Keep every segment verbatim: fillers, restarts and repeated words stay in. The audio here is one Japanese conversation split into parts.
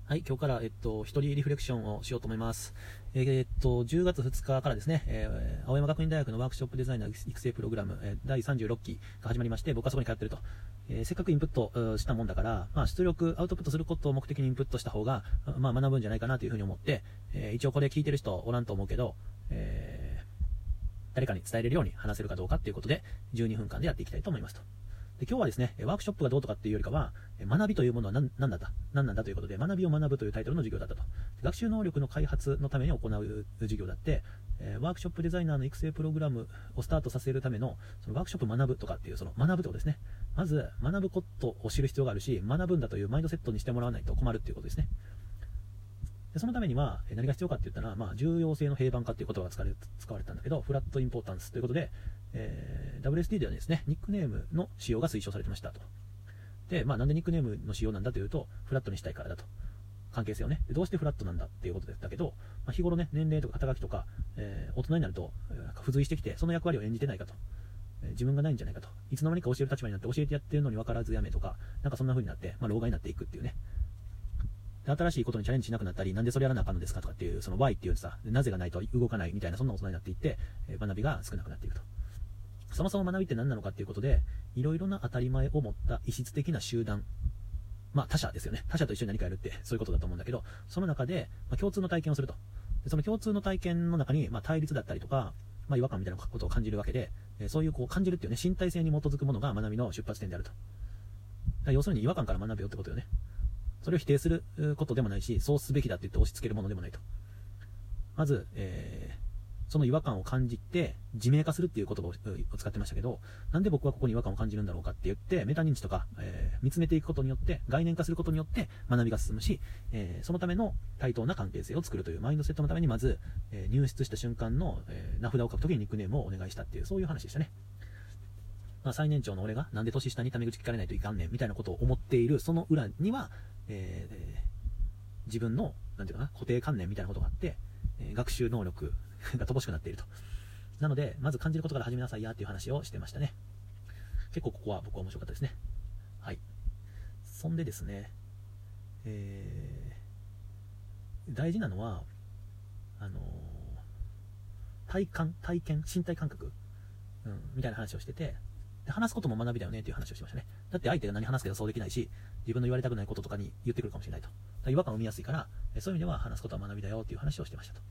はい、今日から、えっと、一人リフレクションをしようと思います。えー、えっと、じゅうがつふつかからですね、えー、青山学院大学のワークショップデザイナー育成プログラム、えー、だいさんじゅうろっきが始まりまして、僕はそこに通っていると。えー、せっかくインプットしたもんだから、まあ、出力、アウトプットすることを目的にインプットした方が、まあ、学ぶんじゃないかなというふうに思って、えー、一応これ聞いてる人おらんと思うけど、えー、誰かに伝えれるように話せるかどうかっていうことで、じゅうにふんかんでやっていきたいと思いますと。で今日はですね、ワークショップがどうとかっていうよりかは、学びというものは何なんだった何なんだということで、学びを学ぶというタイトルの授業だったと。学習能力の開発のために行う授業だって、ワークショップデザイナーの育成プログラムをスタートさせるための、そのワークショップ学ぶとかっていう、その学ぶってことですね。まず、学ぶことを知る必要があるし、学ぶんだというマインドセットにしてもらわないと困るっていうことですね。でそのためには、何が必要かって言ったら、まあ、重要性の平板化っていう言葉が使われ使われたんだけど、フラットインポータンスということで、えー、ダブリューエスディー ではですね、ニックネームの使用が推奨されてましたと。で、まあ、なんでニックネームの使用なんだというと、フラットにしたいからだと。関係性をね。でどうしてフラットなんだっていうことだけど、まあ、日頃ね、年齢とか肩書きとか、えー、大人になると、付随してきて、その役割を演じてないかと。えー、自分がないんじゃないかと。いつの間にか教える立場になって教えてやってるのに分からずやめとか、なんかそんな風になって、まあ、老害になっていくっていうね。新しいことにチャレンジしなくなったり、なんでそれやらなあかんのですかとかっていう、その ワイ っていうさ、なぜがないと動かないみたいな、そんな大人になっていって、えー、学びが少なくなっていくと。そもそも学びって何なのかっていうことで、いろいろな当たり前を持った異質的な集団、まあ他者ですよね。他者と一緒に何かやるって、そういうことだと思うんだけど、その中で、まあ、共通の体験をすると。でその共通の体験の中に、まあ、対立だったりとか、まあ、違和感みたいなことを感じるわけで、えー、そういうこう感じるっていうね、身体性に基づくものが学びの出発点であると。だから要するに違和感から学べよってことよね。それを否定することでもないし、そうすべきだって言って押し付けるものでもないと。まず、えー、その違和感を感じて、自明化するっていう言葉を使ってましたけど、なんで僕はここに違和感を感じるんだろうかって言って、メタ認知とか、えー、見つめていくことによって、概念化することによって学びが進むし、えー、そのための対等な関係性を作るというマインドセットのために、まず、えー、入室した瞬間の、えー、名札を書くときにニックネームをお願いしたっていう、そういう話でしたね。まあ、最年長の俺がなんで年下にタメ口聞かれないといかんねんみたいなことを思っているその裏には、えー、自分のなんていうかな固定観念みたいなことがあって、えー、学習能力が乏しくなっていると。なのでまず感じることから始めなさいやっていう話をしてましたね。結構ここは僕は面白かったですね。はい。そんでですね、えー、大事なのはあのー、体感体験身体感覚、うん、みたいな話をしてて。話すことも学びだよねっていう話をしましたね。だって相手が何話すけどそうできないし、自分の言われたくないこととかに言ってくるかもしれないと。だから違和感を生みやすいから、そういう意味では話すことは学びだよっていう話をしてましたと。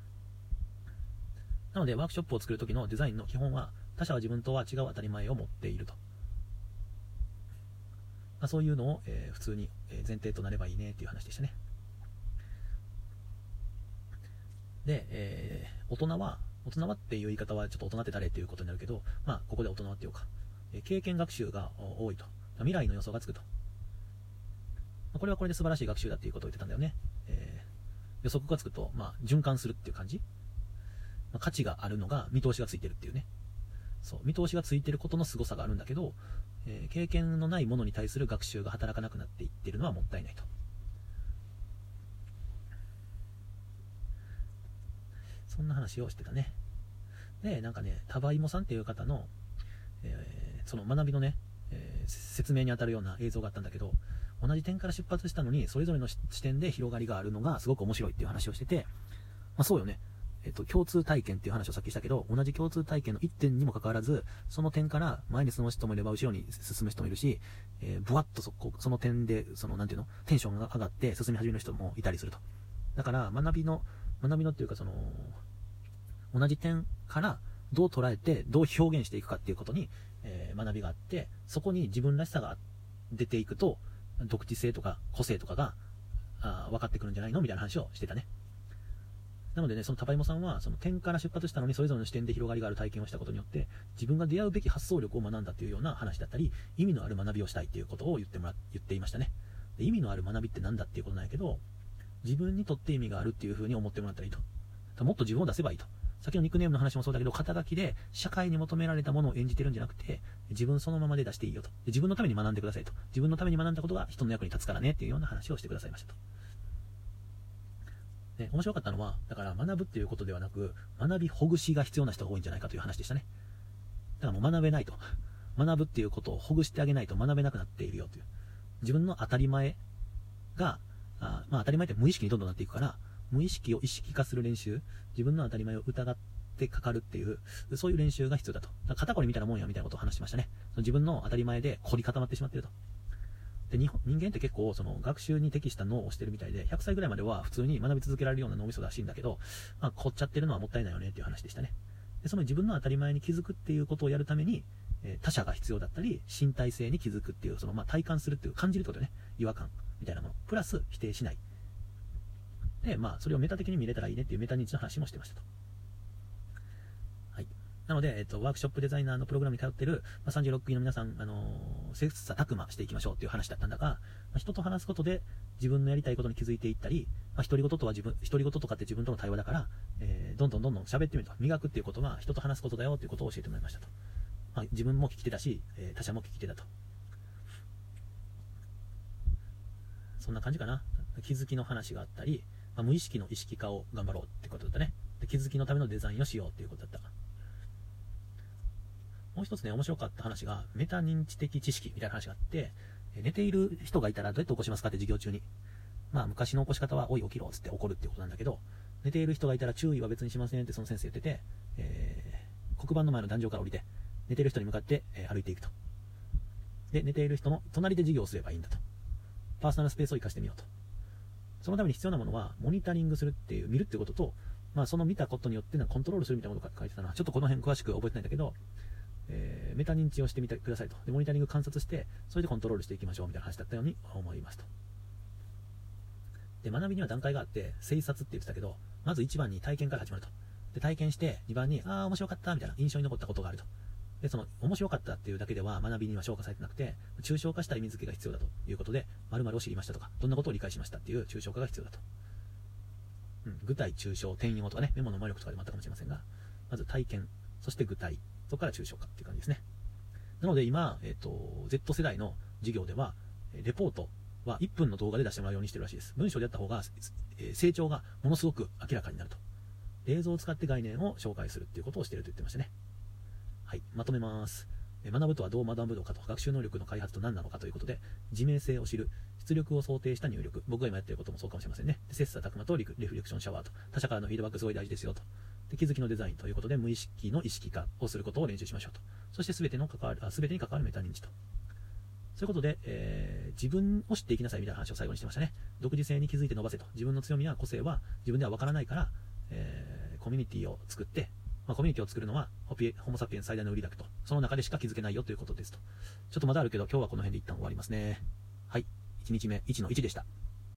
なのでワークショップを作る時のデザインの基本は、他者は自分とは違う当たり前を持っていると。まあ、そういうのを、えー、普通に前提となればいいねっていう話でしたね。で、えー、大人は、大人はっていう言い方はちょっと大人って誰っていうことになるけど、まあここで大人はっていうか、経験学習が多いと。未来の予想がつくと。これはこれで素晴らしい学習だっていうことを言ってたんだよね。えー、予測がつくと、まあ、循環するっていう感じ。まあ、価値があるのが見通しがついてるっていうね。そう、見通しがついてることの凄さがあるんだけど、えー、経験のないものに対する学習が働かなくなっていってるのはもったいないと。そんな話をしてたね。で、なんかね、タバイモさんっていう方の、えー、その学びのね、えー、説明に当たるような映像があったんだけど、同じ点から出発したのにそれぞれの視点で広がりがあるのがすごく面白いっていう話をしてて、まあそうよね、えっと共通体験っていう話をさっきしたけど、同じ共通体験の一点にもかかわらず、その点から前に進む人もいれば後ろに進む人もいるし、えー、ブワッとそこその点でそのなんていうのテンションが上がって進み始める人もいたりすると。だから学びの学びのっていうかその同じ点からどう捉えてどう表現していくかっていうことに、えー、学びがあって、そこに自分らしさが出ていくと独自性とか個性とかがあ分かってくるんじゃないのみたいな話をしてたね。なのでね、そのタバイモさんはその点から出発したのにそれぞれの視点で広がりがある体験をしたことによって自分が出会うべき発想力を学んだというような話だったり、意味のある学びをしたいっていうことを言ってもら言っていましたね。で意味のある学びって何だっていうことなんやけど、自分にとって意味があるっていう風に思ってもらったらいいと。もっと自分を出せばいいと。先のニックネームの話もそうだけど、肩書きで社会に求められたものを演じてるんじゃなくて、自分そのままで出していいよと。で自分のために学んでくださいと。自分のために学んだことが人の役に立つからねっていうような話をしてくださいましたと。ね、面白かったのは、だから学ぶっていうことではなく、学びほぐしが必要な人が多いんじゃないかという話でしたね。だからもう学べないと。学ぶっていうことをほぐしてあげないと学べなくなっているよという。自分の当たり前が、あまあ当たり前って無意識にどんどんなっていくから、無意識を意識化する練習、自分の当たり前を疑ってかかるっていう、そういう練習が必要だと。だから肩こりみたいなもんやみたいなことを話してましたね。その自分の当たり前で凝り固まってしまっていると。で、日本人間って結構その学習に適した脳をしてるみたいで、ひゃくさいぐらいまでは普通に学び続けられるような脳みそらしいんだけど、まあ、凝っちゃってるのはもったいないよねっていう話でしたね。で、その自分の当たり前に気づくっていうことをやるために、えー、他者が必要だったり、身体性に気づくっていう、そのまあ体感するっていう、感じるってことね、違和感みたいなもの、プラス否定しない。で、まあそれをメタ的に見れたらいいねっていうメタ認知の話もしてましたと。はい。なので、えっと、ワークショップデザイナーのプログラムに通ってる、まあ、さんじゅうろっきの皆さん、あのー、切磋琢磨していきましょうっていう話だったんだが、まあ、人と話すことで自分のやりたいことに気づいていったり、まあ、独り言とは自分、独り言とかって自分との対話だから、えー、どんどんどんどん喋ってみると。磨くっていうことが人と話すことだよっていうことを教えてもらいましたと。まあ、自分も聞き手だし、えー、他者も聞き手だと。そんな感じかな。気づきの話があったり、まあ、無意識の意識化を頑張ろうってことだったね。で、気づきのためのデザインをしようっていうことだった。もう一つね、面白かった話が、メタ認知的知識みたいな話があって、寝ている人がいたらどうやって起こしますかって授業中に。まあ、昔の起こし方は、おい起きろっつって怒るってことなんだけど、寝ている人がいたら注意は別にしませんってその先生言ってて、えー、黒板の前の壇上から降りて、寝ている人に向かって、えー、歩いていくと。で、寝ている人の隣で授業をすればいいんだと。パーソナルスペースを活かしてみようと。そのために必要なものは、モニタリングするっていう、見るってことと、まあ、その見たことによってコントロールするみたいなことが書いてたな。ちょっとこの辺詳しく覚えてないんだけど、えー、メタ認知をしてみてくださいと。で、モニタリング観察して、それでコントロールしていきましょうみたいな話だったように思いますと。で、学びには段階があって、精察って言ってたけど、まずいちばんに体験から始まると。で、体験して、にばんに、ああ、面白かったみたいな印象に残ったことがあると。で、その、面白かったっていうだけでは学びには消化されてなくて、抽象化した意味付けが必要だということで、〇〇を知りましたとか、どんなことを理解しましたっていう抽象化が必要だと。うん、具体、抽象、転用とかね、メモの魔力とかでもあったかもしれませんが、まず体験、そして具体、そこから抽象化っていう感じですね。なので今、えっと、Z 世代の授業では、レポートはいっぷんの動画で出してもらうようにしてるらしいです。文章でやった方が、えー、成長がものすごく明らかになると。映像を使って概念を紹介するっていうことをしていると言ってましたね。はい、まとめます。学ぶとはどう学ぶのかと、学習能力の開発と何なのかということで、自明性を知る、出力を想定した入力、僕が今やっていることもそうかもしれませんね。で、切磋琢磨とリフレクションシャワーと、他者からのフィードバックすごい大事ですよと。で、気づきのデザインということで、無意識の意識化をすることを練習しましょうと。そして全ての関わる、あ、全てに関わるメタ認知と。そういうことで、えー、自分を知っていきなさいみたいな話を最後にしてましたね。独自性に気づいて伸ばせと。自分の強みや個性は自分では分からないから、えー、コミュニティを作って、まあ、コミュニティを作るのはホモサピエン最大の売りだと。その中でしか気づけないよということですと。ちょっとまだあるけど、今日はこの辺で一旦終わりますね。はい。いちにちめいちのいちでした。